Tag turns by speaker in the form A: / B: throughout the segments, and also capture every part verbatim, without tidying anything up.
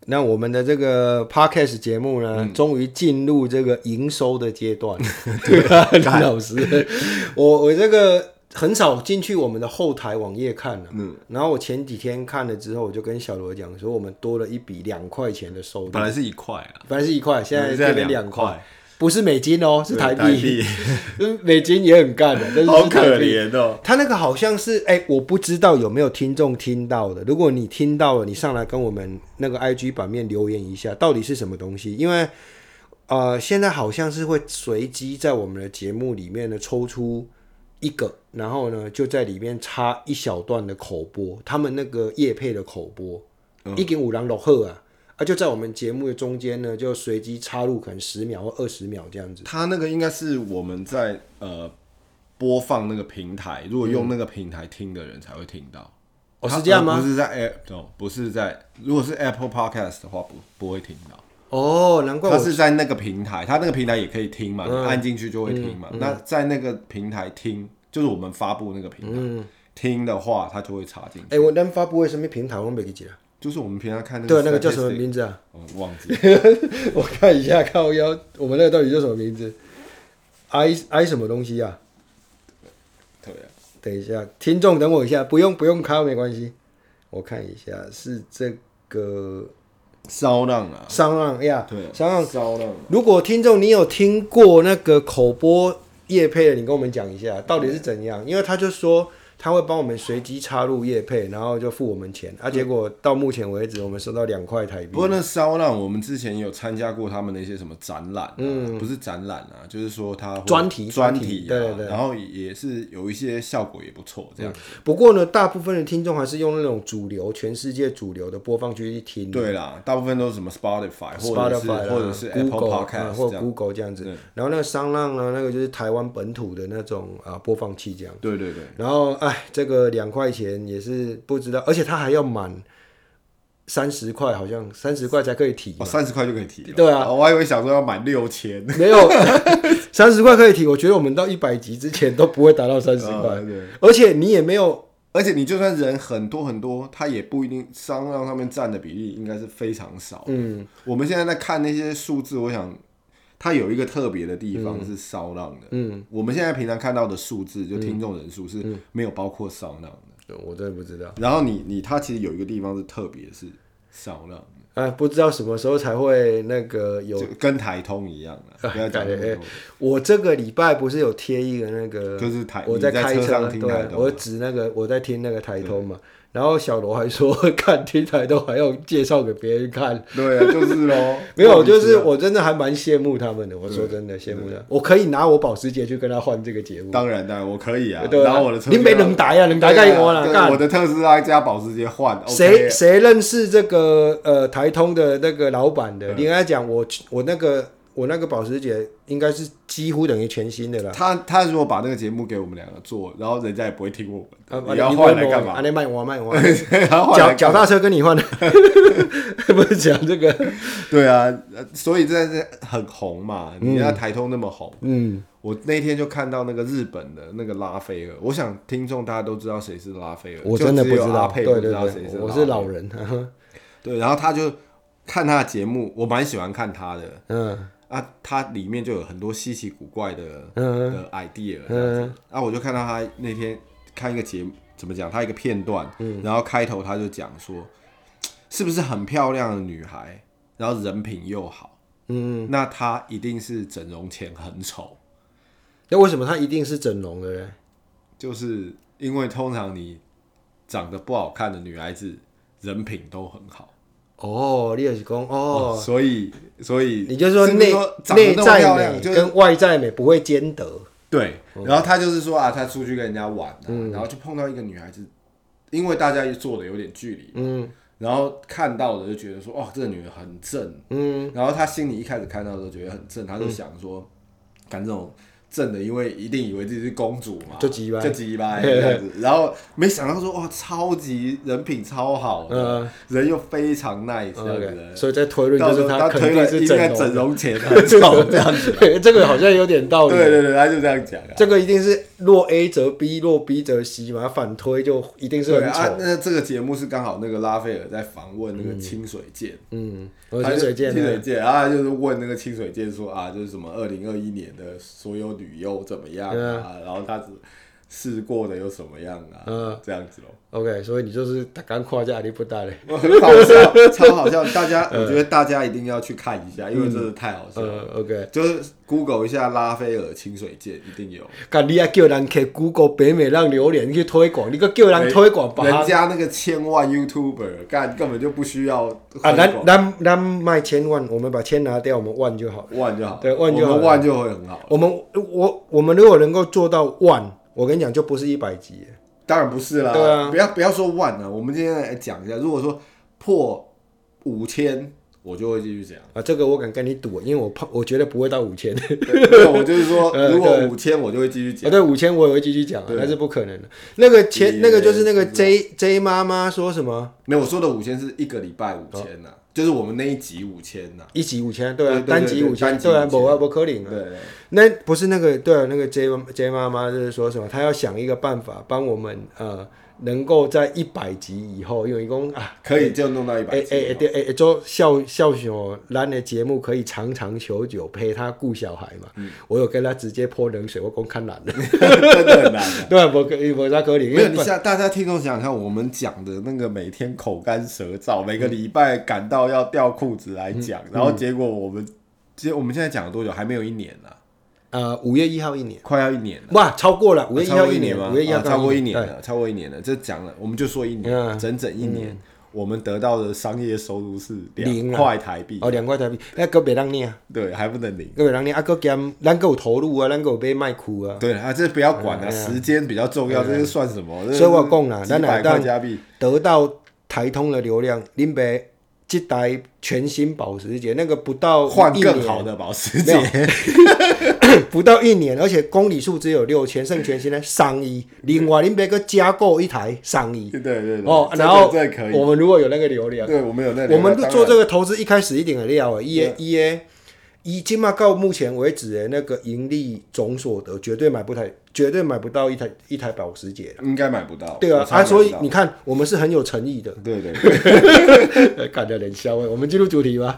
A: 那我们的这个 podcast 节目呢，嗯、终于进入这个营收的阶段。对啊，李老师，我我这个很少进去我们的后台网页看了、啊。嗯，然后我前几天看了之后，我就跟小罗讲说，我们多了一笔两块钱的收入。
B: 本来是一块啊，
A: 本来是一块，现在变成两块。不是美金哦，是台币。
B: 台币
A: 美金也很干的，但是
B: 好可怜哦。
A: 他那个好像是，哎、欸，我不知道有没有听众听到的。如果你听到了，你上来跟我们那个 I G 版面留言一下，到底是什么东西？因为呃，现在好像是会随机在我们的节目里面呢抽出一个，然后呢就在里面插一小段的口播，他们那个业配的口播，已经有人录好啊。啊，就在我们节目的中间呢，就随机插入可能十秒或二十秒这样子。
B: 它那个应该是我们在呃播放那个平台，如果用那个平台听的人才会听到。
A: 哦，是这样吗？
B: 不是在 App， 不是在，如果是 Apple Podcast 的话，不不会听到。
A: 哦，难怪我。
B: 它是在那个平台，它那个平台也可以听嘛，嗯、你按进去就会听嘛。嗯嗯、那在那个平台听，就是我们发布那个平台、嗯、听的话，它就会插进去。
A: 哎、欸，我咱发布的什么平台我没记起来。
B: 就是我们平常看那
A: 个，对，那个叫什么名字啊？
B: 我、哦、忘记。
A: 我看一下，靠腰，我们那个到底叫什么名字 ？i i 什么东西啊？
B: 对啊，
A: 等一下，听众等我一下，不用不用卡没关系。我看一下，是这个
B: 骚浪啊，
A: 骚浪呀，
B: 对，
A: 骚浪
B: 骚浪。
A: 如果听众你有听过那个口播业配的，你跟我们讲一下，到底是怎样？因为他就说。他会帮我们随机插入业配，然后就付我们钱啊。结果到目前为止，我们收到两块台币。
B: 不过那骚浪，我们之前有参加过他们的一些什么展览、啊，嗯，不是展览啊，就是说他
A: 专题
B: 专题、啊，
A: 对对对。
B: 然后也是有一些效果也不错，这样、嗯。
A: 不过呢，大部分的听众还是用那种主流、全世界主流的播放区去听。
B: 对啦，大部分都是什么 Spotify 或者是或者是 Apple Podcast
A: 或者 Google 这样子。然后那个商浪呢，那个就是台湾本土的那种啊播放器这样。
B: 对对对。
A: 然后哎，这个两块钱也是不知道，而且他还要满三十块，好像三十块才可以提。
B: 哦，三十块就可以提了。
A: 对啊，
B: 哦、我还以为想说要满六千。
A: 没有，三十块可以提。我觉得我们到一百集之前都不会达到三十块。而且你也没有，
B: 而且你就算人很多很多，他也不一定商浪上面占的比例应该是非常少。嗯，我们现在在看那些数字，我想。它有一个特别的地方是骚浪的，嗯，我们现在平常看到的数字，就听众人数是没有包括骚浪的、
A: 嗯，我真的不知道。
B: 然后你你它其实有一个地方是特别是骚浪的，
A: 哎，不知道什么时候才会那个有，
B: 就跟台通一样啊，不要讲那么多、欸。
A: 我这个礼拜不是有贴一个那个，
B: 就是台
A: 我在开车，
B: 听
A: 对，我指那个我在听那个台通嘛。然后小罗还说，看听台都还要介绍给别人看。
B: 对啊，就是咯。
A: 没有，就是我真的还蛮羡慕他们的。我说真的，羡慕他。我可以拿我保时捷去跟他换这个节目。
B: 当然，当然，我可以啊。
A: 对啊，
B: 然后我的车，
A: 你没能打呀，能打干我了？干
B: 我的特斯拉加保时捷换。
A: 谁谁认识这个呃台通的那个老板的？你跟他讲，我我那个我那个保时捷应该是几乎等于全新的啦。
B: 他他如果把那个节目给我们两个做，然后人家也不会听我们。啊、你要换来干嘛？
A: 啊，你卖我卖我，脚脚踏车跟你换的，不是讲这个？
B: 对啊，所以这是很红嘛。你看台通那么红，嗯，我那天就看到那个日本的那个拉斐尔，我想听众大家都知道谁是拉斐尔，
A: 我真的不知道，
B: 对对对，
A: 我是老人。
B: 对，然后他就看他的节目，我蛮喜欢看他的，嗯。啊，它里面就有很多稀奇古怪的、嗯、的 idea，嗯，啊，我就看到他那天看一个节目，怎么讲？他一个片段，嗯，然后开头他就讲说，是不是很漂亮的女孩，然后人品又好，嗯，那她一定是整容前很丑。
A: 那为什么她一定是整容的呢？
B: 就是因为通常你长得不好看的女孩子，人品都很好。
A: 哦，你也是讲哦, 哦，
B: 所以所以
A: 你就说内内在美跟外在美不会兼得。
B: 对，然后他就是说啊，他出去跟人家玩、啊嗯，然后就碰到一个女孩子，因为大家坐的有点距离，嗯，然后看到的就觉得说，哇，这个女人很正，嗯，然后他心里一开始看到的时候觉得很正，他就想说，干、嗯、这种正的，因为一定以为自己是公主嘛，
A: 就鸡掰，
B: 就鸡掰这样子。然后没想到说哇，超级人品超好的，嗯、人又非常 nice 这样子。
A: Okay, 所以在推论就是他肯定是
B: 整容，整容前很丑这样子。
A: 这个好像有点道理。
B: 对对对，他就这样讲、啊。
A: 这个一定是若 A 则 B， 若 B 则 C 嘛，反推就一定是很丑。
B: 啊，那这个节目是刚好那个拉斐尔在访问那个清水健，
A: 嗯，嗯清水健，
B: 清水健，然后他就是问那个清水健说啊，就是什么二零二一年的所有旅游怎么样啊？嗯、然后他试过的有什么样啊？嗯，这样子咯。
A: OK， 所以你就是打刚夸下你不大嘞，
B: 很好笑，超好笑。大家，我觉得大家一定要去看一下，因为真的太好笑了。
A: 嗯、OK，
B: 就是 Google 一下拉斐尔清水健，一定有。
A: 干你还叫人去 Google 北美让榴莲去推广，你个叫人推广吧？
B: 人家那个千万 YouTuber 干根本就不需要
A: 啊，咱咱咱卖千万，我们把千拿掉，我们万就好，
B: 万就好，
A: 对，万就好，
B: 我们万就会很好。
A: 我们我我们如果能够做到万，我跟你讲，就不是一百集。
B: 当然不是啦，
A: 对啊，
B: 不要不要说万了，我们今天来讲一下，如果说破五千，我就会继续讲
A: 啊。这个我敢跟你赌，因为我怕，我觉得不会到五千。
B: 对，我就是说，如果五千，我就会继续讲。
A: 啊，对，五千我也会继续讲，那是不可能的。那个前那个就是那个 J J 妈妈说什么？
B: 没有，我说的五千是一个礼拜五千呐，就是我们那一集五千呐，
A: 一集五千，对啊，单集五千，对啊，不啊不可能啊。
B: 对，
A: 那不是那个对啊，那个 J J 妈妈就是说什么，她要想一个办法帮我们呃。能够在一百集以后，因为讲啊，
B: 可以就弄到一百集。
A: 诶诶对诶，做孝孝小咱的节目可以长长久久陪他顾小孩嘛。嗯、我有跟他直接泼冷水，我讲看难了，
B: 真的很难。
A: 对啊，我我在可以。
B: 没有，你像大家听众想想看，我们讲的那个每天口干舌燥，每个礼拜感到要掉裤子来讲，嗯、然后结果我们，其实我们现在讲了多久？还没有一年呢、啊。
A: 呃，五月一号一年，
B: 快要一年了，
A: 哇，超过了五月一号
B: 一年吗？
A: 五月一号
B: 超过一年了，超过一年了，这讲了，我们就说一年，嗯、整整一年，嗯、我们得到的商业收入是两块台币，
A: 哦，两块台币，那个别让你啊，
B: 对，还不能领，
A: 个别让你啊，个兼咱个有投入啊，咱个有买卖库啊，
B: 对啊，这不要管啊，时间比较重要，这是算什么？
A: 所以我讲啦，
B: 咱百块加币
A: 得到台通的流量，林北。这台全新保时捷，那个不到
B: 换更好的保时捷，
A: 不到一年，而且公里数只有六千，剩全新的上亿。另外，您别个加购一台上亿，
B: 对对对，
A: 哦，然后我们如果有那个流量，
B: 对，我们有那个，
A: 我们做这个投资一开始一定很料啊，一 A 一 A。以今嘛到目前为止的那个盈利总所得，绝对买不台，绝对买不到一台一台保时捷，
B: 应该买不到。
A: 对啊，啊，所以你看，我们是很有诚意的。
B: 对对对，
A: 看着脸笑哎，我们进入主题吧。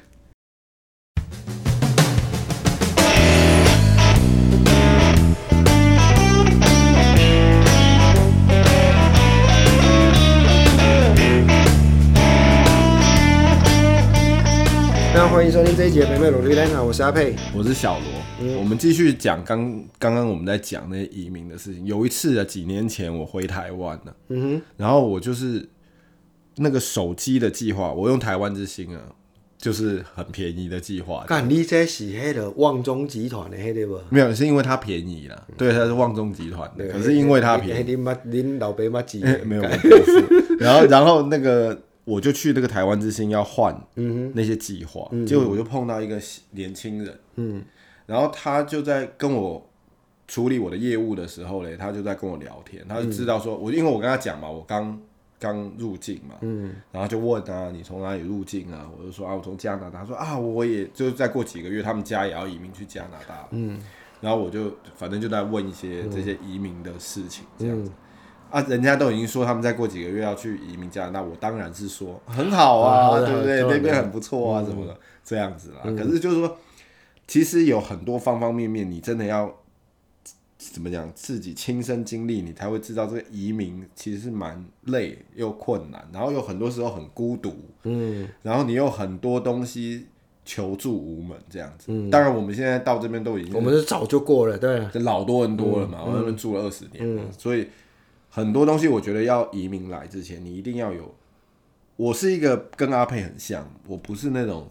A: 那欢迎收听这一集的北美裸绿灯啊，我是阿佩，
B: 我是小罗。嗯、我们继续讲刚刚刚我们在讲那些移民的事情。有一次啊，几年前我回台湾了，嗯哼，然后我就是那个手机的计划，我用台湾之星啊，就是很便宜的计划。
A: 干，你这是那个旺中集团的那个不？
B: 没有，是因为它便宜啦。嗯、对，它是旺中集团的，可是因为它便宜。
A: 您老爸妈几？
B: 没有，没有。然后，然后那个。我就去那个台湾之星要换那些计划，嗯、结果我就碰到一个年轻人，嗯、然后他就在跟我处理我的业务的时候嘞，他就在跟我聊天，他就知道说我，因为我跟他讲嘛，我刚刚入境嘛，嗯、然后就问啊，你从哪里入境啊？我就说啊，我从加拿大。他说啊，我也就是再过几个月，他们家也要移民去加拿大，嗯、然后我就反正就在问一些这些移民的事情，这样子。嗯啊，人家都已经说他们再过几个月要去移民加拿大，我当然是说很好啊，哦、对不对？那边很不错啊，嗯、什么的这样子啦。嗯、可是就是说，其实有很多方方面面，你真的要怎么讲，自己亲身经历，你才会知道这个移民其实是蛮累又困难，然后有很多时候很孤独，嗯，然后你有很多东西求助无门这样子。嗯、当然，我们现在到这边都已经，
A: 我们是早就过了，对，
B: 老多人多了嘛，我、嗯、那边住了二十年了，嗯、所以。很多东西我觉得要移民来之前，你一定要有。我是一个跟阿佩很像，我不是那种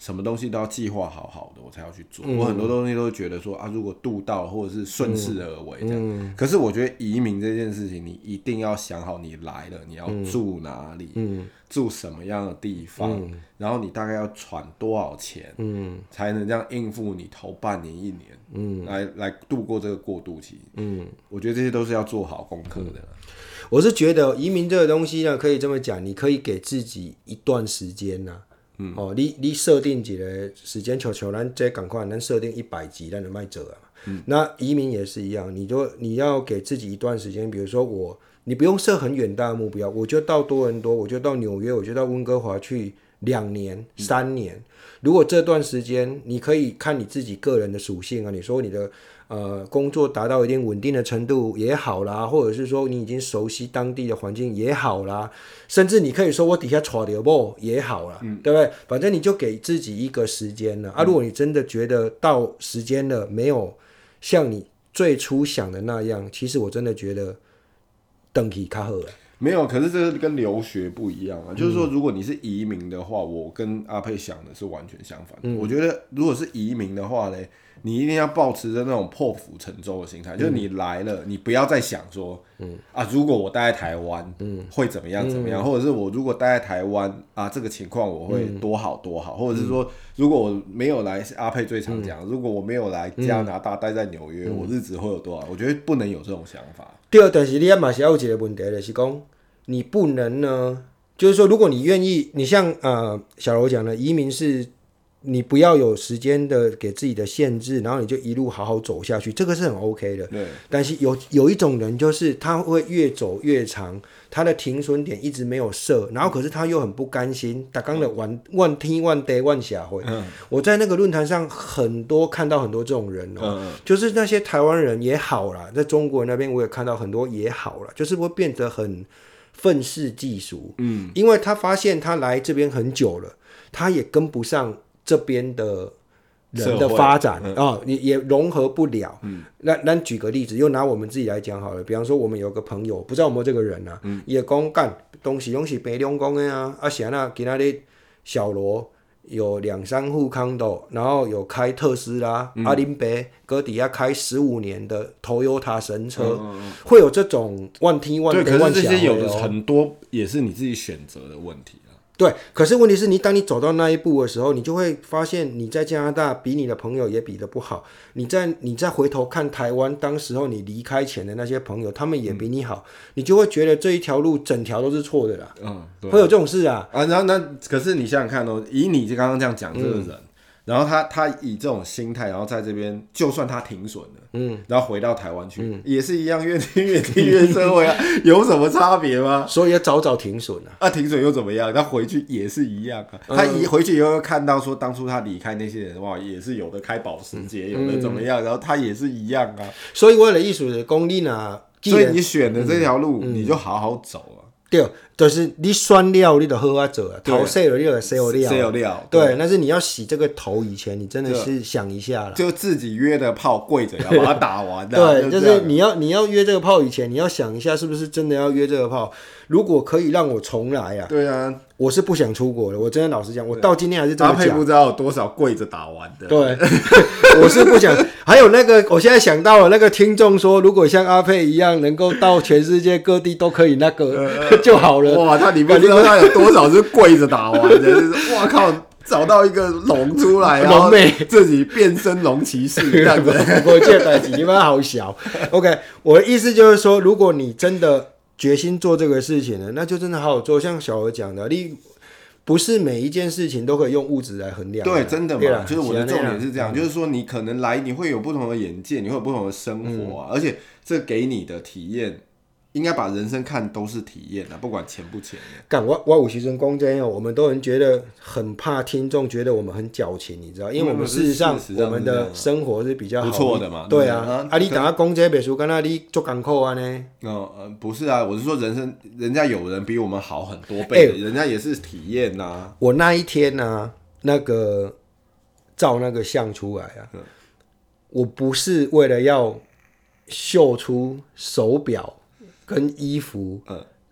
B: 什么东西都要计划好好的，我才要去做。
A: 嗯、
B: 我很多东西都会觉得说啊，如果渡到或者是顺势而为这样、嗯。可是我觉得移民这件事情，你一定要想好，你来了你要住哪里，嗯、住什么样的地方、嗯，然后你大概要喘多少钱，嗯、才能这样应付你头半年一年，嗯、来来度过这个过渡期。嗯，我觉得这些都是要做好功课的。嗯，
A: 我是觉得移民这个东西呢，可以这么讲，你可以给自己一段时间呐、啊。嗯、哦，你你设定一个时间，像像咱这赶快，咱设定一百集，咱就卖做啊。嗯，那移民也是一样，你就你要给自己一段时间，比如说我，你不用设很远大的目标，我就到多伦多，我就到纽约，我就到温哥华去两年、三年。嗯、如果这段时间你可以看你自己个人的属性啊，你说你的。呃，工作达到一定稳定的程度也好啦，或者是说你已经熟悉当地的环境也好啦，甚至你可以说我底下娶到某也好啦、嗯，对不对？反正你就给自己一个时间了、嗯、啊。如果你真的觉得到时间了没有像你最初想的那样，其实我真的觉得回去较好了。
B: 没有，可是这个跟留学不一样啊、嗯。就是说，如果你是移民的话，我跟阿佩想的是完全相反、嗯。我觉得如果是移民的话呢，你一定要抱持着那种破釜沉舟的心态、嗯，就是你来了，你不要再想说，嗯啊，如果我待在台湾，嗯，会怎么样怎么样、嗯，或者是我如果待在台湾啊，这个情况我会多好多好，嗯、或者是说，如果我没有来，阿佩最常讲、嗯，如果我没有来加拿大，待在纽约、嗯，我日子会有多好？我觉得不能有这种想法。
A: 对，但是你也嘛是要有一个问题，就是讲你不能呢，就是说，如果你愿意，你像呃小柔讲的，移民是。你不要有时间的给自己的限制，然后你就一路好好走下去，这个是很 OK 的。对。但是有有一种人，就是他会越走越长，他的停损点一直没有设，然后可是他又很不甘心，他刚的万万天万地万社会。嗯。我在那个论坛上很多看到很多这种人哦、嗯，就是那些台湾人也好啦，在中国那边我也看到很多也好啦，就是会变得很愤世嫉俗。嗯。因为他发现他来这边很久了，他也跟不上。这边的人的发展啊、嗯哦，也也融合不了。嗯，那那举个例子，又拿我们自己来讲好了。比方说，我们有个朋友，不知道有没有这个人啊？嗯，也讲干东西东西北中公的啊，啊，现在给他的小罗有两三户康斗，然后有开特斯拉，嗯、阿林北哥底下开十五年的 Toyota 神车、嗯嗯，会有这种万天万地万
B: 对，可是这些有的很多也是你自己选择的问题。
A: 对，可是问题是你当你走到那一步的时候，你就会发现你在加拿大比你的朋友也比得不好，你在你再回头看台湾，当时候你离开前的那些朋友，他们也比你好，嗯、你就会觉得这一条路整条都是错的啦。嗯，对，会有这种事啊。
B: 啊，然后那可是你想想看哦，以你刚刚这样讲这个人。嗯，然后他他以这种心态，然后在这边，就算他停损了，嗯，然后回到台湾去，嗯，也是一样越听越听越社会啊，有什么差别吗？
A: 所以要早早停损啊。
B: 啊，停损又怎么样？他回去也是一样啊。嗯、他一回去以后又看到说，当初他离开那些人哇，也是有的开保时捷，嗯、有的怎么样，然后他也是一样啊。
A: 所以为了艺术的功力呢，
B: 所以你选的这条路，嗯、你就好好走啊。
A: 对，就是你选了你就好好做啊，头洗了你就洗了
B: 了。
A: 对，对，但是你要洗这个头以前，你真的是想一下啦，
B: 就自己约的炮跪着要把它打完的。
A: 对，就, 就是你要你要约这个炮以前，你要想一下是不是真的要约这个炮。如果可以让我重来啊，
B: 对啊，
A: 我是不想出国的。我真的老实讲，我到今天还是这么讲。
B: 阿佩不知道有多少跪着打完的。
A: 对，我是不想。还有那个，我现在想到了那个听众说，如果像阿佩一样，能够到全世界各地都可以那个就好了。
B: 哇，他你不知道他有多少是跪着打完的，就是哇靠！找到一个龙出来，然后自己变身龙骑士这样子。
A: 我这代志你们好小。OK， 我的意思就是说，如果你真的决心做这个事情呢，那就真的好好做。像小娥讲的，你不是每一件事情都可以用物质来衡量。
B: 对，真的嘛，就是我的重点是这样，嗯、就是说你可能来，你会有不同的眼界，你会有不同的生活啊，嗯、而且这给你的体验。应该把人生看都是体验啊，不管钱不钱的。
A: 干我我有时候讲真的，我们都很觉得很怕听众觉得我们很矫情，你知道？因为我们事实上我们的生活是比较好
B: 不错的嘛。
A: 对啊，啊，啊你等下讲这别说，跟那你做艰苦啊呢？
B: 哦、呃，不是啊，我是说人生，人家有人比我们好很多倍的，欸、人家也是体验呐、啊。
A: 我那一天呢、啊，那个照那个相出来啊，嗯、我不是为了要秀出手表。跟衣服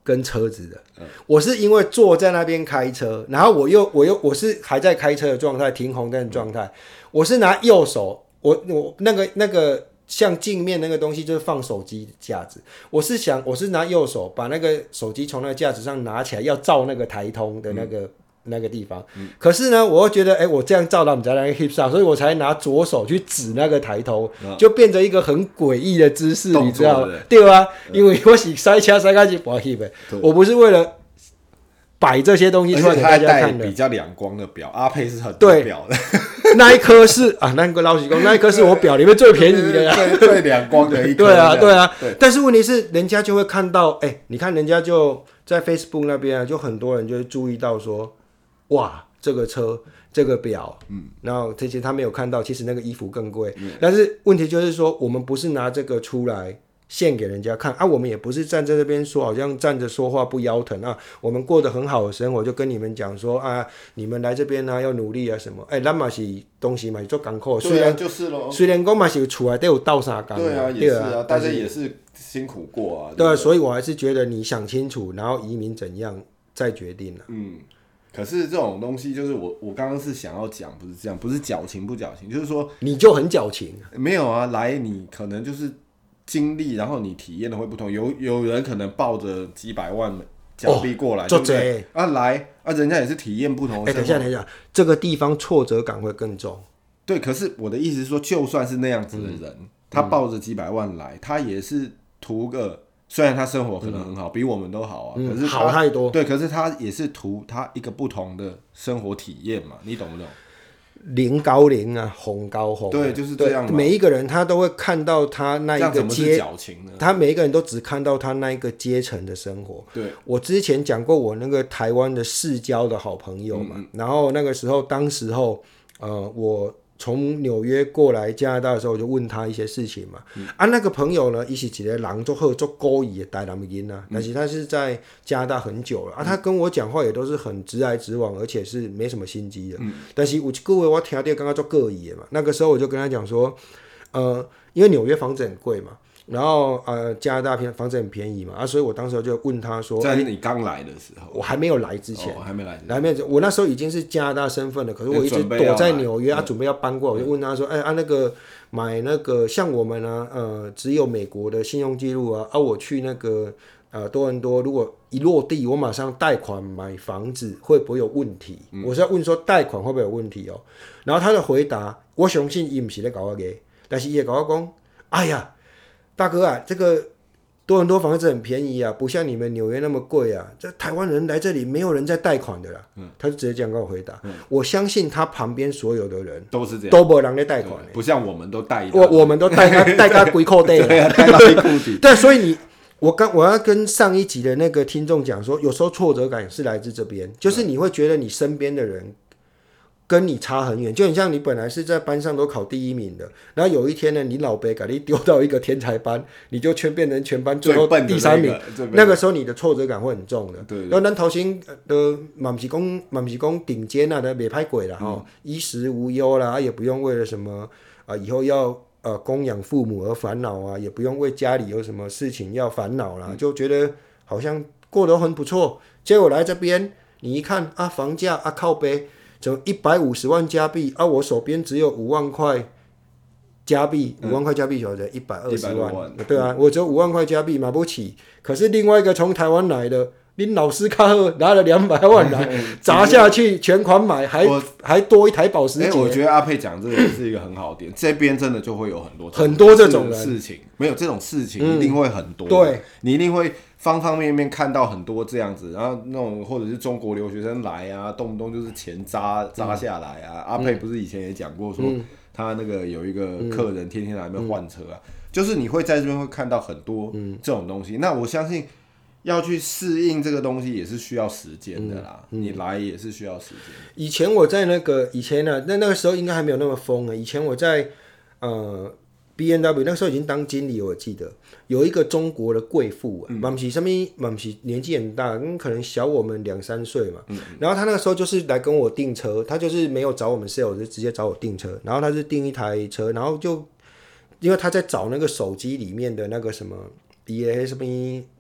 A: 跟车子的。嗯、我是因为坐在那边开车，然后我又我又我是还在开车的状态，停红灯的状态，我是拿右手，我我那个那个像镜面那个东西就是放手机架子，我是想我是拿右手把那个手机从那个架子上拿起来，要照那个台通的那个。嗯那个地方，嗯、可是呢，我又觉得，哎、欸，我这样照到你在那个 hip 上，所以我才拿左手去指那个抬头，嗯、就变成一个很诡异的姿势，你知道吗？对啊，嗯、因为我是塞车塞开去不 hip， 我不是为了摆这些东西出来给大家看的。
B: 比较两光的表，阿佩是很多表的，
A: 那一颗是啊，那个老实讲，那一颗是我表里面最便宜的，
B: 最最两光的一颗。
A: 对啊，对啊，对但是问题是，人家就会看到，哎、欸，你看人家就在 Facebook 那边啊，就很多人就会注意到说。哇，这个车，这个表，嗯，然后这些他没有看到，其实那个衣服更贵。嗯、但是问题就是说，我们不是拿这个出来献给人家看啊，我们也不是站在这边说，好像站着说话不腰疼啊。我们过得很好的生活，就跟你们讲说啊，你们来这边啊要努力啊什么。哎、欸，咱嘛是东西嘛做艰苦，虽然
B: 就是咯，
A: 虽然讲嘛是厝内都有倒三工，
B: 对啊，也是啊，大家也是辛苦过啊。
A: 对啊，所以我还是觉得你想清楚，然后移民怎样再决定了、啊。
B: 嗯。可是这种东西就是我我刚刚是想要讲，不是这样，不是矫情不矫情，就是说
A: 你就很矫情。
B: 没有啊，来你可能就是经历，然后你体验的会不同。有有人可能抱着几百万假币过来，哦、对不对？啊来啊，人家也是体验不同的生活。哎、欸，
A: 等一下等一下，这个地方挫折感会更重。
B: 对，可是我的意思是说，就算是那样子的人，嗯、他抱着几百万来，他也是图个。虽然他生活可能很好，嗯、比我们都好啊，
A: 嗯、
B: 可是
A: 好太多。
B: 对，可是他也是图他一个不同的生活体验嘛，你懂不懂？
A: 零高零啊，红高红、啊，
B: 对，就是这样嘛。
A: 每一个人他都会看到他那一个阶，
B: 矫情呢？
A: 他每一个人都只看到他那一个阶层的生活。
B: 对，
A: 我之前讲过我那个台湾的世交的好朋友嘛，嗯、然后那个时候，当时候，呃，我。从纽约过来加拿大的时候，我就问他一些事情嘛。嗯、啊，那个朋友呢，他是一个人做好做故意的台南人啊，但是他是在加拿大很久了、嗯、啊。他跟我讲话也都是很直来直往，而且是没什么心机的。嗯、但是有一句话我听到刚刚做故意的嘛。那个时候我就跟他讲说，呃，因为纽约房子很贵嘛。然后呃，加拿大片房子很便宜嘛，啊，所以我当时就问他说，
B: 在你刚来的时候，
A: 我还没有来之前，
B: 哦、还没来，
A: 还没有，我那时候已经是加拿大身份了，可是我一直躲在纽约，啊，准备要搬过来，我就问他说，哎、欸、啊，那个买那个像我们呢、啊，呃，只有美国的信用记录啊，啊，我去那个呃多伦多，如果一落地，我马上贷款买房子，会不会有问题？嗯、我是要问说贷款会不会有问题哦？然后他的回答，我相信他不是在搞我给，但是他会跟我讲，哎呀。大哥啊，这个多伦多房子很便宜啊，不像你们纽约那么贵啊。这台湾人来这里，没有人在贷款的啦。嗯、他就直接这样跟我回答。嗯、我相信他旁边所有的人
B: 都是这样，
A: 都没人在贷款、欸，
B: 不像我们都贷一
A: 我我们都贷他贷他龟扣贷了，
B: 对啊，贷到一裤底。
A: 对，所以你我刚我要跟上一集的那个听众讲说，有时候挫折感是来自这边，就是你会觉得你身边的人。跟你差很远，就很像你本来是在班上都考第一名的，然后有一天呢，你老爸把你丢到一个天才班，你就全变成全班最后第三名，那个、那个时候你的挫折感会很重的。
B: 对，
A: 然后咱头先的嘛不是讲嘛不是讲顶尖啊的没拍鬼啦哈，嗯、衣食无忧啦，也不用为了什么啊以后要呃供养父母而烦恼啊，也不用为家里有什么事情要烦恼啦，嗯、就觉得好像过得很不错。结果来这边，你一看啊，房价啊靠北。就一百五十万加币啊！我手边只有五万块加币，五、嗯、万块加币小才一百二十万，万对啊，嗯、我只有五万块加币买不起。可是另外一个从台湾来的，你老师卡赫拿了两百万来砸下去，全款买，还还多一台保时捷、
B: 欸。我觉得阿佩讲这个是一个很好的点，这边真的就会有很多
A: 很多这种
B: 事情，没有这种事情一定会很多、嗯，
A: 对，
B: 你一定会。方方面面看到很多这样子，然后那种或者是中国留学生来啊，动不动就是钱砸砸下来啊。嗯、阿佩不是以前也讲过说，嗯、他那个有一个客人天天来那边换车啊，嗯、就是你会在这边会看到很多这种东西。嗯、那我相信要去适应这个东西也是需要时间的啦，嗯嗯、你来也是需要时间。
A: 以前我在那个以前呢、啊，那那个时候应该还没有那么疯啊。以前我在呃。B M W 那时候已经当经理，我记得有一个中国的贵妇、啊，嘛不是什么，嘛不是年纪很大，可能小我们两三岁嘛。嗯、然后他那个时候就是来跟我订车，他就是没有找我们 sales， 就直接找我订车。然后他是订一台车，然后就因为他在找那个手机里面的那个什么，也什么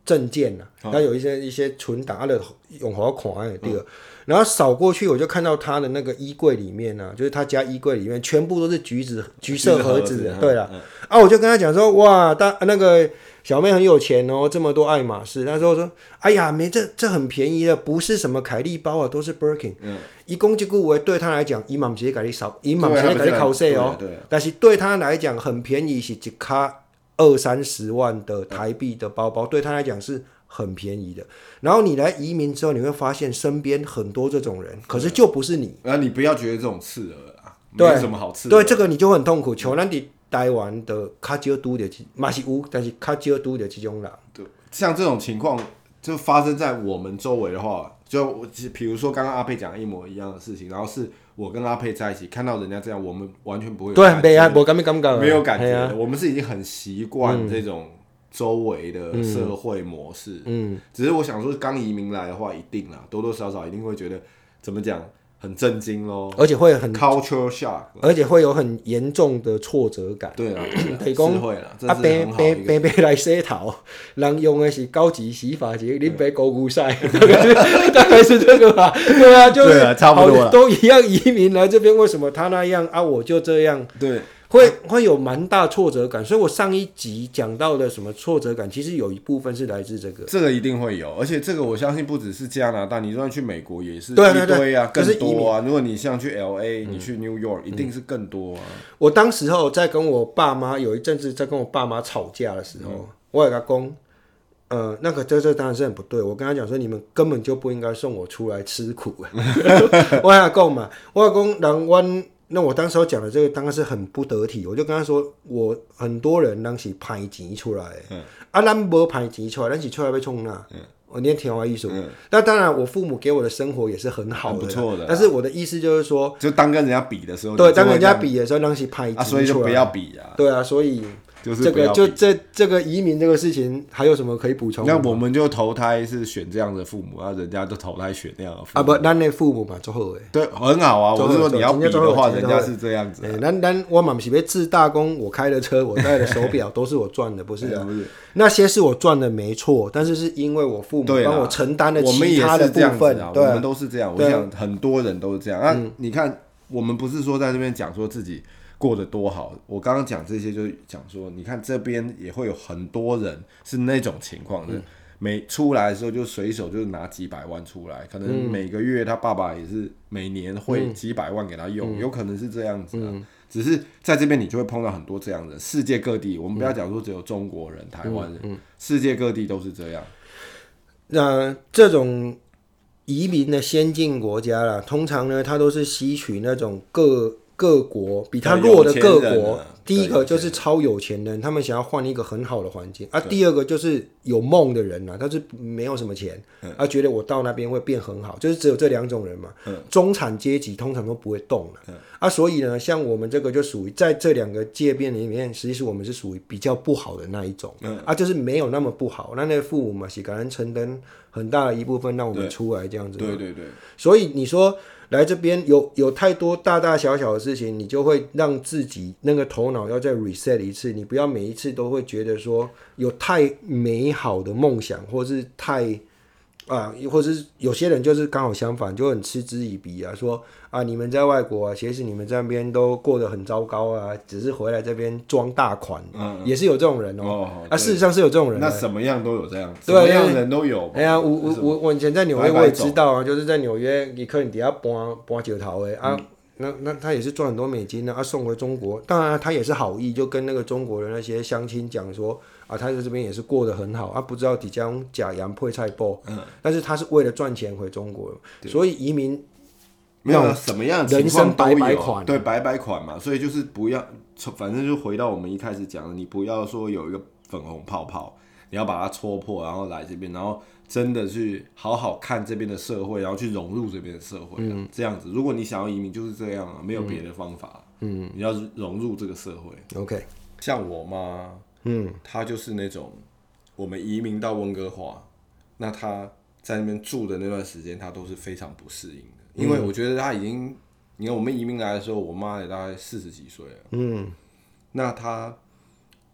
A: 证件呐、啊，他有一些一些存档，他的用好看的对、嗯，然后扫过去，我就看到他的那个衣柜里面呢、啊，就是他家衣柜里面全部都是橘子橘色盒子的，对了、嗯，啊，我就跟他讲说，哇，大那个小妹很有钱哦，这么多爱马仕，那时候说，哎呀，没这这很便宜的，不是什么凯利包啊，都是 Birkin， 嗯，一公这句话对他来讲，伊嘛不是给你扫，伊嘛不是给你考税哦，但是对他来讲很便宜，是一卡二三十万的台币的包包，对他来讲是很便宜的。然后你来移民之后，你会发现身边很多这种人，可是就不是你。
B: 然后你不要觉得这种刺耳啊，没有什么好刺耳。
A: 对，这个你就很痛苦。像咱伫台湾的较少拄着，嘛是有，但是较少拄着这种人。
B: 对，像这种情况就发生在我们周围的话，就比如说刚刚阿佩讲一模一样的事情，然后是我跟阿佩在一起，看到人家这样，我们完全不会有
A: 对，没啊，没感觉，
B: 没有感觉的。我们是已经很习惯这种周围的社会模式。嗯，只是我想说，刚移民来的话，一定啦，多多少少一定会觉得怎么讲，很震惊咯，
A: 而且会很
B: culture shock，
A: 而且会有很严重的挫折感。
B: 对啊，
A: 是会啦，啊，白白白白来洗头，人用的是高级洗发精，你白狗骨晒，大概是这个吧？对啊，就是
B: 对啊，差不多了，
A: 都一样。移民来这边，为什么他那样啊，我就这样？
B: 对。
A: 会会有蛮大挫折感，所以我上一集讲到的什么挫折感，其实有一部分是来自这个。
B: 这个一定会有，而且这个我相信不只是加拿大，你就算去美国也是一堆啊，
A: 对对对
B: 更多啊。如果你像去 L A，、嗯、你去 New York， 一定是更多啊。
A: 我当时候在跟我爸妈有一阵子在跟我爸妈吵架的时候，嗯、我有跟他讲，呃，那个这这当然是很不对。我跟他讲说，你们根本就不应该送我出来吃苦。我有讲嘛，我有讲人阮。那我当时候讲的这个当然是很不得体，我就跟他说，我很多人当时派钱出来的，嗯、啊，咱无派钱出来，咱是出来要创哪？嗯、我念天花艺术，那、嗯、当然我父母给我的生活也是很好的，
B: 很不错的。
A: 但是我的意思就是说，
B: 就当跟人家比的时候，
A: 对，当跟人家比的时候，当时派钱出来、
B: 啊，所以就不要比啊。
A: 对啊，所以。
B: 就是
A: 这个就这这个移民这个事情还有什么可以补充？
B: 那我们就投胎是选这样的父母啊，人家都投胎选那样的父母
A: 啊，不，咱的父母嘛，最好诶。
B: 对，很好啊。我是说你要比的话，人家是这样子、啊。
A: 咱咱我嘛不是被自大公，我开的车，我戴的手表都是我赚的，不是的。那些是我赚的没错，但是是因为我父母帮我承担了其他的部分。
B: 啊、我们都是这样，我想很多人都是这样。那、嗯、你看，我们不是说在这边讲说自己过得多好，我刚刚讲这些就是讲说，你看这边也会有很多人是那种情况的，嗯、每出来的时候就随手就拿几百万出来，可能每个月他爸爸也是每年会几百万给他用，嗯、有可能是这样子啊。嗯、只是在这边你就会碰到很多这样的，世界各地，我们不要讲说只有中国人、台湾人，嗯嗯、世界各地都是这样。
A: 那这种移民的先进国家啦，通常呢，它都是吸取那种各。各国比他弱的各国，啊、第一个就是超有钱人，他们想要换一个很好的环境啊。第二个就是有梦的人啊，他是没有什么钱，他、啊、觉得我到那边会变很好，就是只有这两种人嘛。嗯、中产阶级通常都不会动了、嗯、啊，所以呢，像我们这个就属于在这两个界别里面，实际是我们是属于比较不好的那一种、嗯、啊，就是没有那么不好。那那个父母嘛，是感恩承担很大的一部分让我们出来这样子。
B: 对对对。
A: 所以你说。来这边有有太多大大小小的事情，你就会让自己那个头脑要再 reset 一次。你不要每一次都会觉得说有太美好的梦想，或是太啊，或是有些人就是刚好相反，就很嗤之以鼻啊，说啊你们在外国啊，其实你们这边都过得很糟糕啊，只是回来这边装大款，嗯、也是有这种人哦。哦啊，事实上是有这种人。
B: 那什么样都有这样，什么样的人都有。
A: 哎呀，我我我我以前在纽约我也知道啊，就是在纽约，你可能底下搬搬石头的啊。嗯那那他也是赚很多美金呢，啊送回中国，当然他也是好意，就跟那个中国的那些乡亲讲说啊，他在这边也是过得很好啊，不知道底下用假洋配菜包，嗯，但是他是为了赚钱回中国，所以移民
B: 没有什么样的情况都有，
A: 人生白白款，
B: 对，白白款嘛，所以就是不要，反正就回到我们一开始讲的，你不要说有一个粉红泡泡，你要把它戳破，然后来这边，然后。真的去好好看这边的社会，然后去融入这边的社会、啊嗯，这样子。如果你想要移民，就是这样啊，没有别的方法。嗯，你要融入这个社会。
A: OK，
B: 像我妈，嗯，她就是那种我们移民到温哥华，那她在那边住的那段时间，她都是非常不适应的，因为我觉得她已经，你看我们移民来的时候，我妈也大概四十几岁了，嗯，那她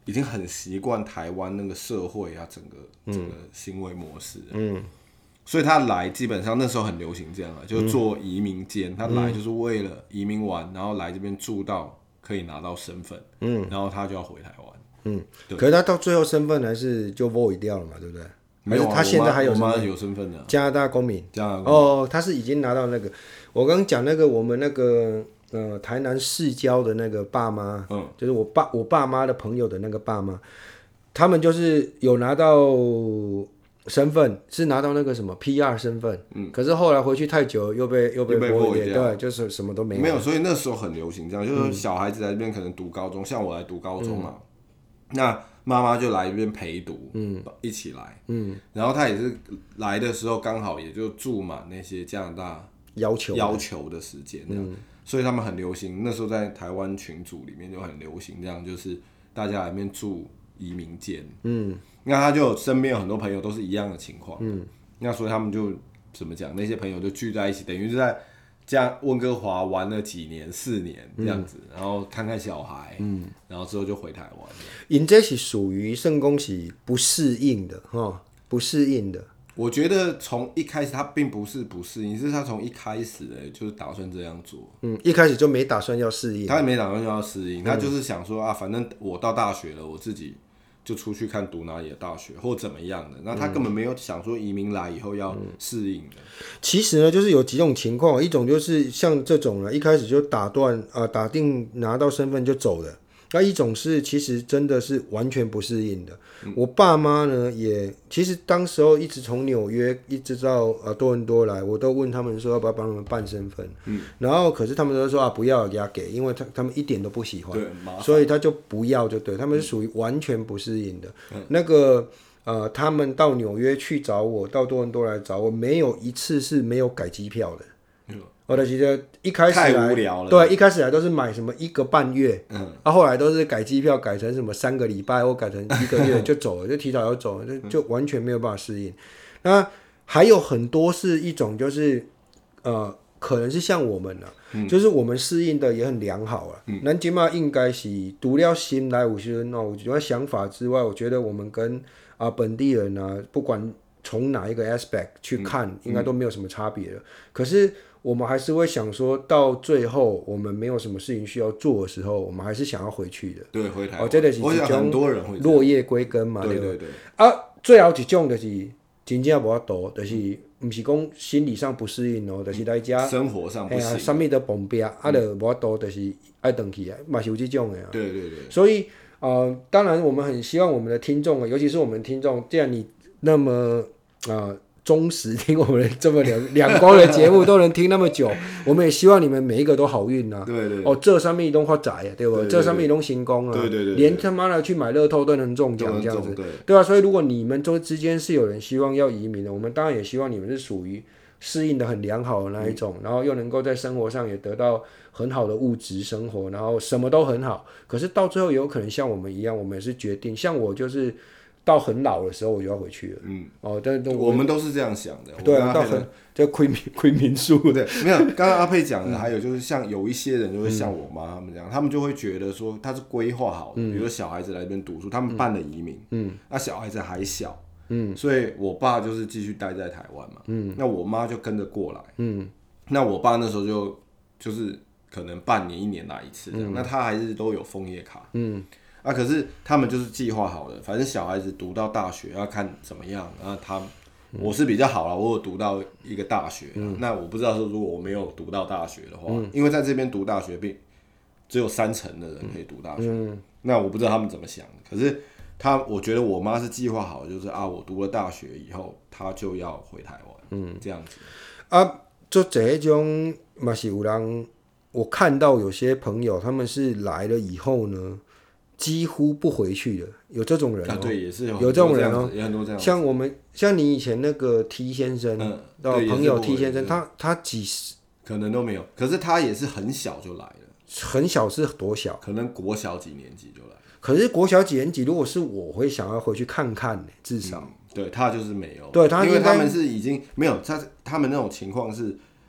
B: 已经很习惯台湾那个社会啊，整个整个行为模式。嗯，所以他来基本上那时候很流行这样啊，就做移民监，他来就是为了移民完，然后来这边住到可以拿到身份，嗯，然后他就要回台湾。
A: 嗯，可是他到最后身份还是就 void 掉了嘛，对不对？
B: 没有、啊，
A: 他现在还有
B: 我妈有身份的、啊，
A: 加拿大公民。
B: 加拿大公民
A: 哦，他是已经拿到那个，我刚刚讲那个我们那个呃台南市郊的那个爸妈，嗯，就是我爸我爸妈的朋友的那个爸妈，他们就是有拿到身份，是拿到那个什么 P R 身份，嗯，可是后来回去太久又被又被 void 掉，对，就是什么都没有。
B: 没有，所以那时候很流行这样，就是小孩子来这边可能读高中，嗯、像我来读高中嘛，嗯、那。妈妈就来这边陪读，嗯，一起来，嗯，然后他也是来的时候刚好也就住满那些加拿大
A: 要求
B: 要求的时间，嗯，所以他们很流行。那时候在台湾群组里面就很流行这样，就是大家来这边住移民间，嗯，那他就身边有很多朋友都是一样的情况，嗯，那所以他们就怎么讲，那些朋友就聚在一起，等于是在。这样温哥华玩了几年，四年这样子，嗯、然后看看小孩，嗯，然后之后就回台湾。
A: 因这是属于圣公是不适应的哈，不适应的。
B: 我觉得从一开始他并不是不适应，是他从一开始哎就是打算这样做。
A: 嗯，一开始就没打算要适应。
B: 他也没打算要适应，嗯、他就是想说啊，反正我到大学了，我自己。就出去看读哪里的大学或怎么样的，那他根本没有想说移民来以后要适应的、嗯。
A: 其实呢，就是有几种情况，一种就是像这种呢，一开始就打断啊、呃，打定拿到身份就走了。那一种是其实真的是完全不适应的。嗯、我爸妈呢也其实当时候一直从纽约一直到呃多伦多来，我都问他们说要不要帮他们办身份。嗯，然后可是他们都说啊不要给他给，因为他他们一点都不喜欢，所以他就不要就对，他们是属于完全不适应的。嗯、那个呃，他们到纽约去找我，到多伦多来找我，没有一次是没有改机票的。嗯我的记得一开始来
B: 太无聊了，
A: 对，一开始来都是买什么一个半月，嗯，啊，后来都是改机票改成什么三个礼拜或改成一个月就走了，就提早要走了，就就完全没有办法适应。那还有很多是一种就是呃，可能是像我们啊，嗯、就是我们适应的也很良好啊。嗯，咱起码应该是除了心来有些哦，除了想法之外，我觉得我们跟啊本地人啊，不管从哪一个 aspect 去看，嗯、应该都没有什么差别了。可是我们还是会想说，到最后我们没有什么事情需要做的时候，我们还是想要回去的。
B: 对，回台湾。
A: 哦，这就是
B: 一种
A: 落叶归根嘛，
B: 对对对。
A: 啊，最后一种就是真正无法度，就是不是讲心理上不适应哦，就是来家
B: 生活上不适应，
A: 哎、什么都碰壁，啊，就无法度，就是爱回去啊，嘛是有这种的啊。
B: 对对对。
A: 所以呃，当然我们很希望我们的听众，尤其是我们听众，既然你那么呃。忠实听我们这么两两光的节目都能听那么久，我们也希望你们每一个都好运啊！
B: 对对
A: 哦，这上面都发财啊，对不？这上面都行功啊！
B: 对对对，
A: 连他妈的去买乐透都能中奖这样子，对吧、啊？所以如果你们中之间是有人希望要移民的，我们当然也希望你们是属于适应的很良好的那一种，嗯、然后又能够在生活上也得到很好的物质生活，然后什么都很好。可是到最后有可能像我们一样，我们也是决定，像我就是。到很老的时候，我就要回去了。嗯，哦，但
B: 我, 我们都是这样想的。
A: 对啊，到很就亏民亏民宿。
B: 对，没有。刚刚阿佩讲的，还有就是像有一些人，就会像我妈他们这样，嗯、他们就会觉得说他是规划好的，嗯、比如说小孩子来这边读书，他们办了移民，嗯，那小孩子还小，嗯，所以我爸就是继续待在台湾嘛，嗯，那我妈就跟着过来，嗯，那我爸那时候就就是可能半年一年来一次这样，嗯、那他还是都有枫叶卡，嗯。啊，可是他们就是计划好的，反正小孩子读到大学要看怎么样。然后他，我是比较好啦，我有读到一个大学。嗯、那我不知道说，如果我没有读到大学的话，嗯、因为在这边读大学并只有三成的人可以读大学。嗯、那我不知道他们怎么想。可是他，我觉得我妈是计划好的，就是啊，我读了大学以后，他就要回台湾。嗯，这样子。
A: 啊，就这种嘛是有人，我看到有些朋友他们是来了以后呢。几乎不回去的，有这种人哦、喔啊，
B: 对，也是有
A: 有这种人哦、
B: 喔，也很多这样。
A: 像我们，像你以前那个 T 先生，嗯，朋友 T 先生，他他几十
B: 可能都没有，可是他也是很小就来了，
A: 很小是多小？
B: 可能国小几年级就来了。
A: 可是国小几年级，如果是我会想要回去看看呢、欸，至少、
B: 嗯、对他就是没有，
A: 对他，
B: 因为他们是已经没有他他们那种情况是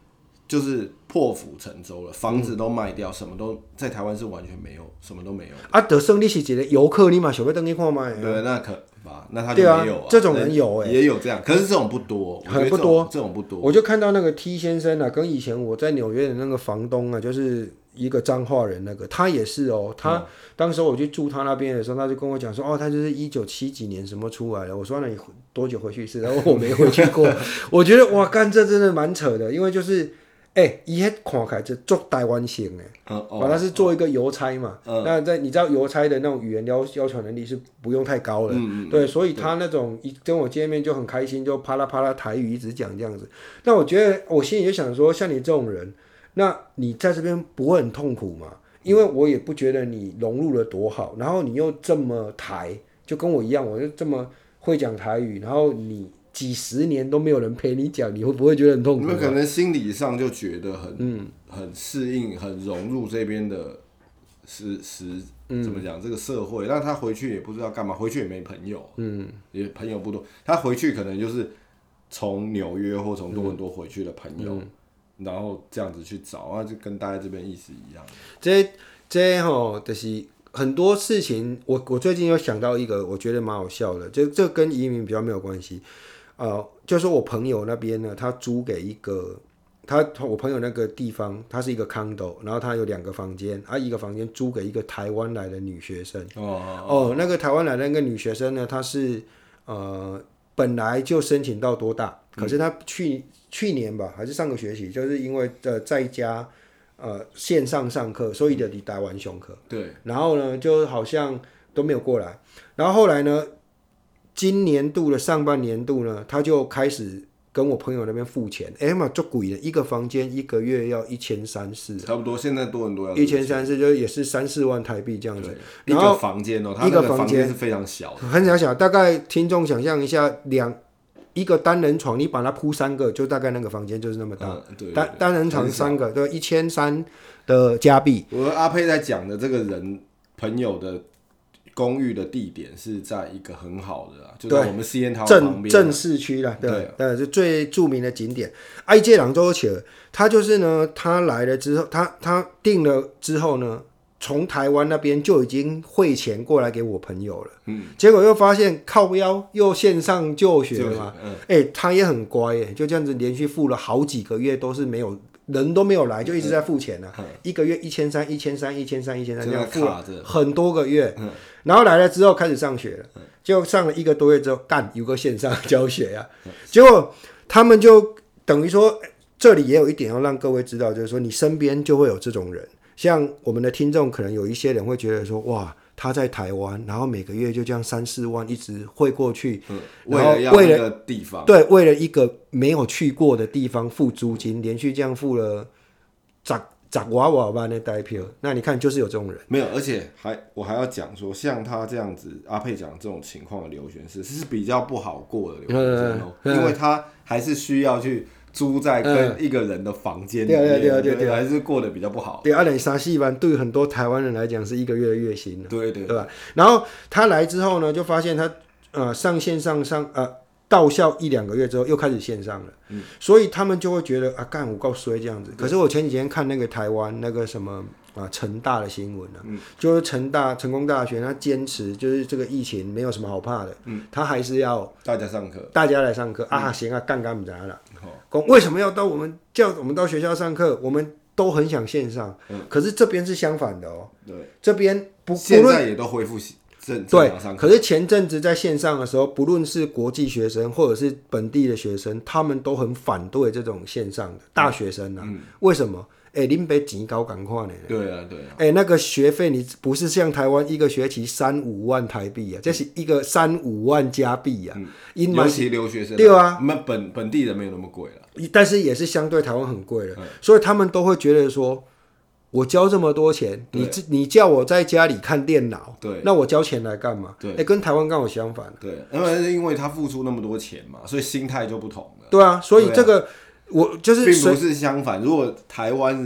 B: 就是破釜沉舟了，房子都卖掉，什么都在台湾是完全没有，什么都没有。
A: 啊，得胜你是一个游客，你嘛想要登去看卖？
B: 对，那可吧，那他就没有啊。
A: 啊这种人有哎、欸，
B: 也有这样，可是这种不多，
A: 很不多，
B: 这种不多。
A: 我就看到那个 T 先生啊，跟以前我在纽约的那个房东啊，就是一个彰化人，那个他也是哦，他、嗯、当时我去住他那边的时候，他就跟我讲说，哦，他就是一九七几年什么出来的。我说那你多久回去一次？然后我没回去过。我觉得哇，干这真的蛮扯的，因为就是。哎、欸，伊迄看起来就做台湾型诶，嗯哦，他是做一个邮差嘛，嗯、那在你知道邮差的那种语言要要求能力是不用太高的，嗯嗯对，所以他那种一跟我见面就很开心，就啪啦啪啦台语一直讲这样子。那我觉得我心里就想说，像你这种人，那你在这边不会很痛苦吗？因为我也不觉得你融入了多好，然后你又这么台，就跟我一样，我就这么会讲台语，然后你。几十年都没有人陪你讲，你会不会觉得很痛苦？
B: 你们可能心理上就觉得很、嗯、很适应、很融入这边的时时、嗯、怎么讲这个社会？但他回去也不知道干嘛，回去也没朋友，嗯，也朋友不多。他回去可能就是从纽约或从多伦多回去的朋友，嗯、然后这样子去找，啊，就跟待在这边意思一样。
A: 这这吼就是。很多事情，我我最近有想到一个，我觉得蛮好笑的，就这跟移民比较没有关系，呃，就是我朋友那边呢，他租给一个他我朋友那个地方，他是一个 condo， 然后他有两个房间，啊，一个房间租给一个台湾来的女学生。哦哦哦，那个台湾来的那个女学生呢，她是呃本来就申请到多大，可是她去、嗯、去年吧，还是上个学期，就是因为呃在家。呃，线上上课，所以就离台湾上课。
B: 对。
A: 然后呢，就好像都没有过来。然后后来呢，今年度的上半年度呢，他就开始跟我朋友那边付钱。哎嘛，就贵了，一个房间一个月要一千三四。
B: 差不多，现在多很多要。
A: 一千三四就也是三四万台币这样子。
B: 一个房间哦，他那个房间是非常小的，
A: 很小小，大概听众想象一下两。一个单人床，你把它铺三个，就大概那个房间就是那么大。嗯、对对对单单人床三个，对，一千三的加币。
B: 我和阿佩在讲的这个人朋友的公寓的地点是在一个很好的、啊，就在我们 C N Tower 旁边、啊，
A: 正市区啦，对，对，对，是最著名的景点。埃及朗州起，他就是呢，他来了之后，他他定了之后呢。从台湾那边就已经汇钱过来给我朋友了，嗯，结果又发现靠腰又线上就学了嘛，嗯，哎、欸，他也很乖耶，就这样子连续付了好几个月都是没有人都没有来，就一直在付钱啊，嗯、一个月一千三、一千三、一千三、一千三这样付了很多个月，嗯、然后来了之后开始上学了，嗯、就上了一个多月之后，干有个线上教学啊，嗯、结果他们就等于说，这里也有一点要让各位知道，就是说你身边就会有这种人。像我们的听众可能有一些人会觉得说，哇，他在台湾，然后每个月就这样三四万一直汇过去，
B: 嗯、为了要那个地方，
A: 对，为了一个没有去过的地方付租金，连续这样付了十十瓦瓦万的代票，那你看就是有这种人。
B: 没有，而且还我还要讲说，像他这样子，阿佩讲这种情况的留学生是比较不好过的留学生哦，嗯嗯、因为他还是需要去。租在跟一个人的房间里面，
A: 对对对对，
B: 还是过得比较不好。
A: 对，二点三四万对很多台湾人来讲是一个月的月薪，
B: 对对
A: 对吧？然后他来之后呢，就发现他呃上线上上呃到校一两个月之后又开始线上了，嗯，所以他们就会觉得啊，干我够衰这样子。可是我前几天看那个台湾那个什么啊成大的新闻啊，嗯、就是成大成功大学，他坚持就是这个疫情没有什么好怕的，嗯，他还是要
B: 大家上课，
A: 大家来上课、嗯、啊，行啊，干干不着了。为什么要到我们叫我们到学校上课？我们都很想线上，嗯、可是这边是相反的哦。
B: 对，
A: 这边不
B: 现在也都恢复正
A: 对
B: 正常上课。
A: 可是前阵子在线上的时候，不论是国际学生或者是本地的学生，他们都很反对这种线上的大学生啊。嗯、为什么？哎、欸，林北钱高赶快呢？
B: 对啊，对啊。
A: 哎、欸，那个学费你不是像台湾一个学期三五万台币啊，这是一个三五万加币啊。嗯、
B: 尤其留学生，
A: 对啊，
B: 我们本本地人没有那么贵了，
A: 但是也是相对台湾很贵了，嗯、所以他们都会觉得说，我交这么多钱，你你叫我在家里看电脑，
B: 对，
A: 那我交钱来干嘛？
B: 对，
A: 哎、欸，跟台湾刚好相反。
B: 对，因为因为他付出那么多钱嘛，所以心态就不同了。
A: 对啊，所以这个。我就是
B: 并不是相反，如果台湾人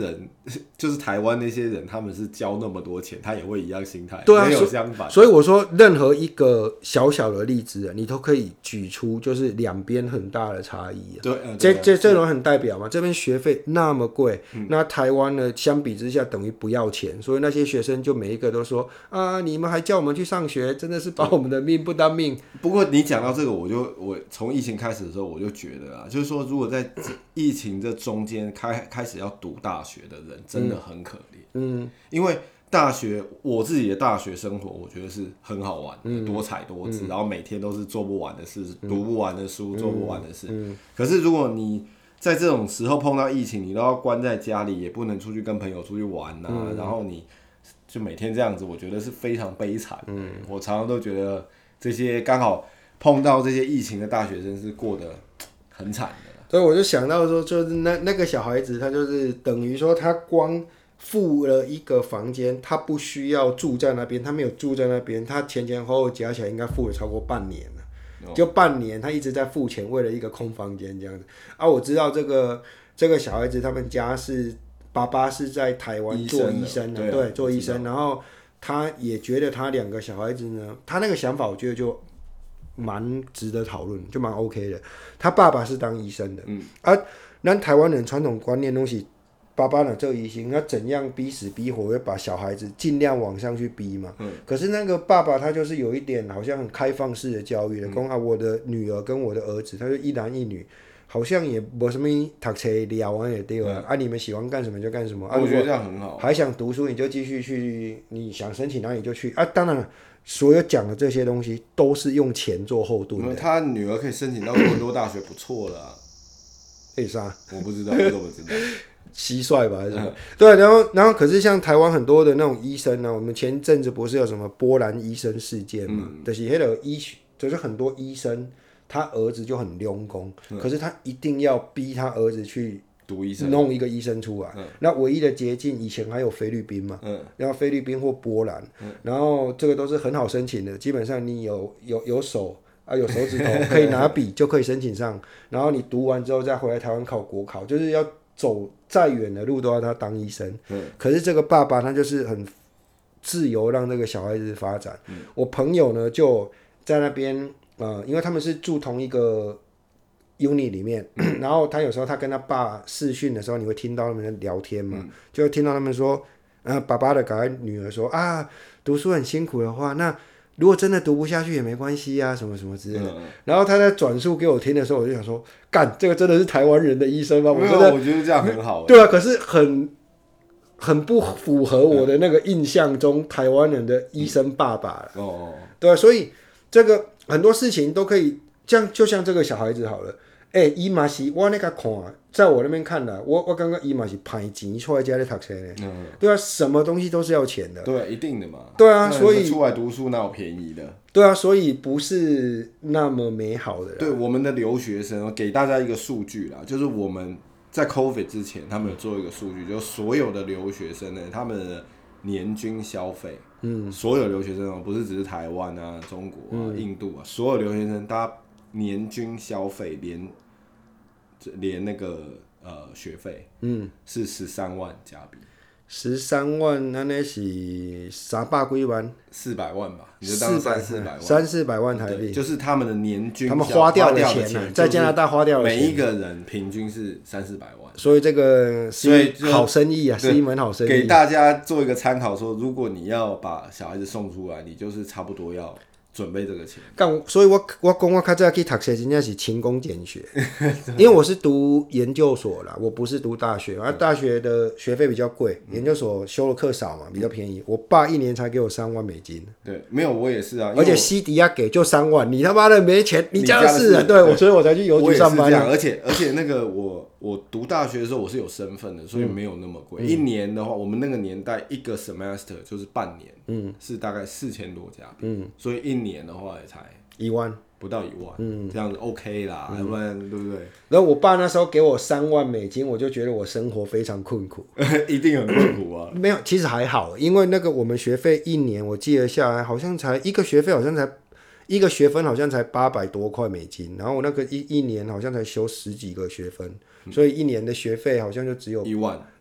B: 就是台湾那些人，他们是交那么多钱，他也会一样心态，
A: 对啊，
B: 没有相反。
A: 所以我说，任何一个小小的例子，你都可以举出，就是两边很大的差异、啊。
B: 对，呃、
A: 这
B: 对
A: 这这种很代表嘛，这边学费那么贵，
B: 嗯、
A: 那台湾呢，相比之下等于不要钱，所以那些学生就每一个都说啊，你们还叫我们去上学，真的是把我们的命不当命。
B: 不过你讲到这个，我就我从疫情开始的时候，我就觉得啊，就是说，如果在疫情这中间开开始要读大学的人，真的很可怜。嗯，因为大学我自己的大学生活，我觉得是很好玩的，嗯、多彩多姿，嗯、然后每天都是做不完的事，嗯、读不完的书，嗯、做不完的事。嗯、可是如果你在这种时候碰到疫情，你都要关在家里，也不能出去跟朋友出去玩啊，嗯、然后你就每天这样子，我觉得是非常悲惨。嗯，我常常都觉得这些刚好碰到这些疫情的大学生是过得很惨的。
A: 所以我就想到说，就是那那个小孩子，他就是等于说，他光付了一个房间，他不需要住在那边，他没有住在那边，他前前后后加起来应该付了超过半年了，哦、就半年他一直在付钱，为了一个空房间这样子。啊，我知道这个这个小孩子他们家是爸爸是在台湾做医生的，对，对，做医生，然后他也觉得他两个小孩子呢，他那个想法我觉得就蛮值得讨论，就蛮 OK 的。他爸爸是当医生的，嗯，啊，咱台湾人传统观念东西，爸爸呢做医生，那怎样逼死逼活，会把小孩子尽量往上去逼嘛。嗯，可是那个爸爸他就是有一点好像很开放式的教育的，讲、嗯、啊，我的女儿跟我的儿子，他就一男一女。好像也没什么读册聊完也对啊，嗯、啊你们喜欢干什么就干什么。啊、
B: 我觉得这样很好。
A: 还想读书你就继续去，你想申请哪里就去啊。当然了，所有讲的这些东西都是用钱做后盾的。
B: 他女儿可以申请到多伦多大学，不错了、啊。
A: 为啥？
B: 我不知道，我怎么知道？
A: 蟋蟀吧还是什么？嗯、对，然后然后可是像台湾很多的那种医生呢、啊，我们前阵子不是有什么波兰医生事件嘛？嗯、就是那个医，就是很多医生。他儿子就很用功，嗯、可是他一定要逼他儿子去
B: 读医生，
A: 弄一个医生出来。嗯、那唯一的捷径，以前还有菲律宾嘛，嗯、然后菲律宾或波兰，嗯、然后这个都是很好申请的，基本上你有有有手啊，有手指头可以拿笔就可以申请上，然后你读完之后再回来台湾考国考，就是要走再远的路都要他当医生。嗯、可是这个爸爸他就是很自由让这个小孩子发展。嗯、我朋友呢就在那边。呃，因为他们是住同一个 unit 里面，然后他有时候他跟他爸视讯的时候，你会听到他们聊天嘛，嗯、就会听到他们说，呃，爸爸的赶快女儿说啊，读书很辛苦的话，那如果真的读不下去也没关系啊，什么什么之类的。嗯、然后他在转述给我听的时候，我就想说，干，这个真的是台湾人的医生吗？我觉得，
B: 我觉得这样很好。
A: 对啊，可是很很不符合我的那个印象中台湾人的医生爸爸了。嗯、哦，对啊，所以这个。很多事情都可以，像就像这个小孩子好了，哎、欸，伊嘛是我那个看，在我那边看来，我我刚刚伊嘛是派钱出来家里读书呢，嗯、对啊，什么东西都是要钱的，
B: 对，一定的嘛，
A: 对啊，所以
B: 出来读书哪有便宜的？
A: 对啊，所以不是那么美好的。
B: 对，我们的留学生给大家一个数据啦，就是我们在 COVID 之前，他们有做一个数据，就是所有的留学生呢，他们的年均消费。嗯，所有留学生哦，不是只是台湾啊、中国啊、嗯、印度啊，所有留学生，大家年均消费连连那个呃学费，嗯，是十三万加币。
A: 十三万，那那是三百几万，
B: 四百万吧，你就当三四百万，
A: 三四百万台币，
B: 就是他们的年均，
A: 他们花掉的钱呢、啊，在加拿大花掉的钱，
B: 每一个人平均是三四百万，
A: 所以这个是好生意啊，是一门好生意。
B: 给大家做一个参考，说如果你要把小孩子送出来，你就是差不多要准备这个钱。
A: 干，所以我我讲我较早去读书，真正是勤工俭学，因为我是读研究所啦，我不是读大学，而、啊、大学的学费比较贵，研究所修的课少嘛，比较便宜。我爸一年才给我三万美金。
B: 对，没有我也是啊，
A: 而且西迪亚给就三万，你他妈的没钱，你家的事啊，对，我所以我才去邮局上班、啊。
B: 而且而且那个我我读大学的时候我是有身份的，所以没有那么贵。嗯、一年的话，我们那个年代一个 semester 就是半年，嗯，是大概四千多加币，嗯，所以一年的话也才
A: 一万。
B: 不到一万，嗯，这样子 OK 啦，要、嗯、不然对不对？
A: 然后我爸那时候给我三万美金，我就觉得我生活非常困苦，
B: 一定很困苦啊。
A: 没有，其实还好，因为那个我们学费一年我记得下来，好像才一个学费，好像才一个学分，好像才八百多块美金。然后我那个一一年好像才修十几个学分，嗯、所以一年的学费好像就只有
B: 一万，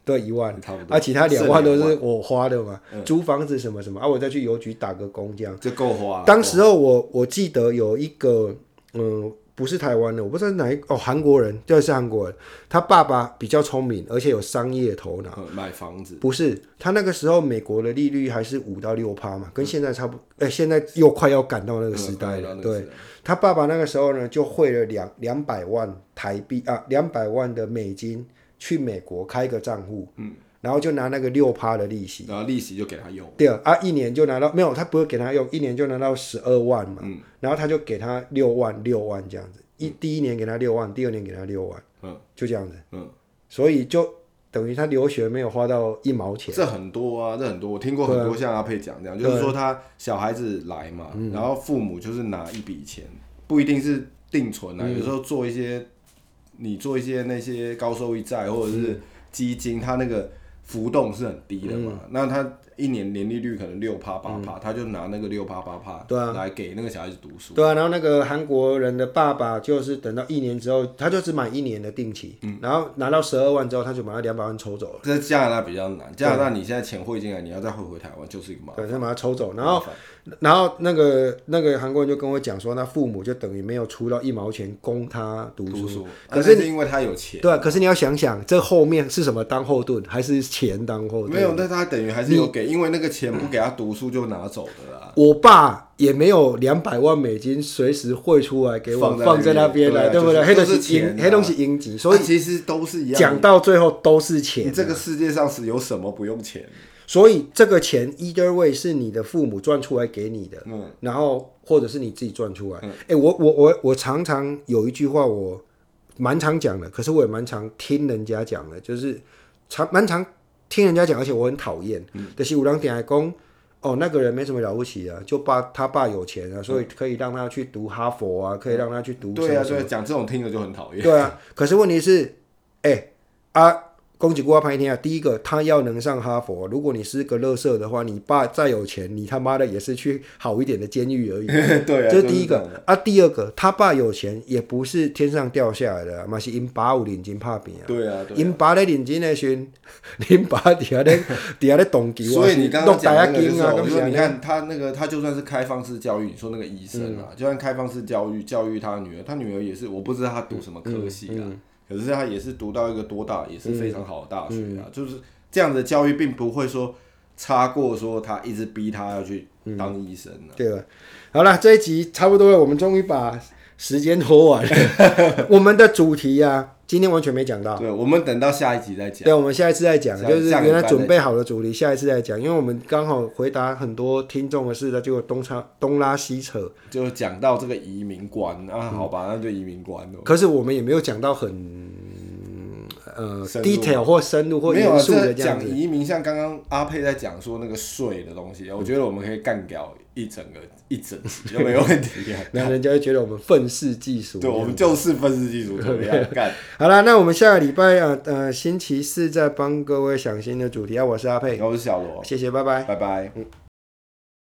A: 都一万，
B: 差不多
A: 啊，其他两万都是
B: 剩两
A: 我花的嘛，嗯、租房子什么什么，啊，我再去邮局打个工这样，
B: 就够花了。
A: 当时候我我记得有一个，嗯，不是台湾的，我不知道哪一哦，韩国人，就是韩国人，他爸爸比较聪明，而且有商业头脑，
B: 嗯、买房子
A: 不是他那个时候美国的利率还是五到六趴嘛，跟现在差不，哎、嗯，现在又快要赶到那个时代了，嗯、对。他爸爸那个时候呢，就汇了两两百万台币啊，两百万的美金去美国开个账户，嗯，然后就拿那个六趴的利息，
B: 然后利息就给他用，
A: 对啊，一年就拿到没有，他不会给他用，一年就拿到十二万嘛，嗯，然后他就给他六万六万这样子，一、嗯、第一年给他六万，第二年给他六万，嗯，就这样子，嗯，所以就等于他留学没有花到一毛钱，
B: 这很多啊，这很多，我听过很多像阿佩讲这样，就是说他小孩子来嘛，嗯、然后父母就是拿一笔钱，不一定是定存啊，嗯、有时候做一些，你做一些那些高收益债或者是基金，它那个浮动是很低的嘛，嗯、那他一年年利率可能六趴八趴，他就拿那个六趴八趴，对啊，来给那个小孩子读书。
A: 对啊，然后那个韩国人的爸爸就是等到一年之后，他就只买一年的定期，嗯、然后拿到十二万之后，他就把那两百万抽走了。
B: 在加拿大比较难，加拿大你现在钱汇进来，你要再汇回台湾就是一个麻烦。
A: 对，他把它抽走，然后然后那个那个韩国人就跟我讲说，那父母就等于没有出到一毛钱供他读书，
B: 读书
A: 可是、
B: 啊、是因为他有钱。
A: 对、啊，可是你要想想，这后面是什么当后盾，还是钱当后盾？
B: 没有，但他等于还是有给，因为那个钱不给他读书就拿走的啦。
A: 我爸也没有两百万美金随时汇出来给我放在那边来， 对, 对不对？黑东西黑东西应急，所以、
B: 啊、其实都是一样。
A: 讲到最后都是钱、啊。
B: 你这个世界上是有什么不用钱？
A: 所以这个钱 either way 是你的父母赚出来给你的，嗯，然后或者是你自己赚出来。哎、嗯欸，我我我我常常有一句话我蛮常讲的，可是我也蛮常听人家讲的，就是常蛮常听人家讲，而且我很讨厌。嗯，就是有人点来讲，哦，那个人没什么了不起啊，就爸他爸有钱啊，所以可以让他去读哈佛啊，可以让他去读什么什么。
B: 对啊，对，讲这种听着就很讨厌。
A: 对啊，可是问题是，哎、欸、啊。攻击过拍天啊！第一个，他要能上哈佛。如果你是个垃圾的话，你爸再有钱，你他妈的也是去好一点的监狱而已。
B: 对啊，
A: 这是第一个啊。第二个，他爸有钱，也不是天上掉下来的，嘛是因爸有领金拍饼啊。
B: 对啊，
A: 因爸咧领金的时候，因爸底下咧底下咧动机。
B: 所以你刚刚讲那个就是，我说你看他那个，他就算是开放式教育，你说那个医生啊，嗯、就算开放式教育教育他女儿，他女儿也是，我不知道他读什么科系啊。嗯嗯可是他也是读到一个多大，也是非常好的大学啊，嗯、就是这样的教育，并不会说差过说他一直逼他要去当医生啊。嗯、
A: 对吧？好了，这一集差不多了，我们终于把时间拖完了。我们的主题啊，今天完全没讲到。
B: 对，我们等到下一集再讲。
A: 对，我们下一次再讲，就是原来准备好的主题，下一次再讲。因为我们刚好回答很多听众的事，结果东拉东拉西扯，
B: 就讲到这个移民观啊，好吧，那就移民观了。
A: 可是我们也没有讲到很呃 detail 或深入或严肃的这样子。
B: 讲移民，像刚刚阿佩在讲说那个税的东西，我觉得我们可以干掉一整个一整集就没有问题。
A: 那人家会觉得我们愤世嫉俗。
B: 对，我们就是愤世嫉俗，怎么样干？
A: 好了，那我们下个礼拜啊，呃，星期四再帮各位想新的主题啊。我是阿佩，
B: 我是小罗，
A: 谢谢，拜拜，
B: 拜拜。
A: 嗯。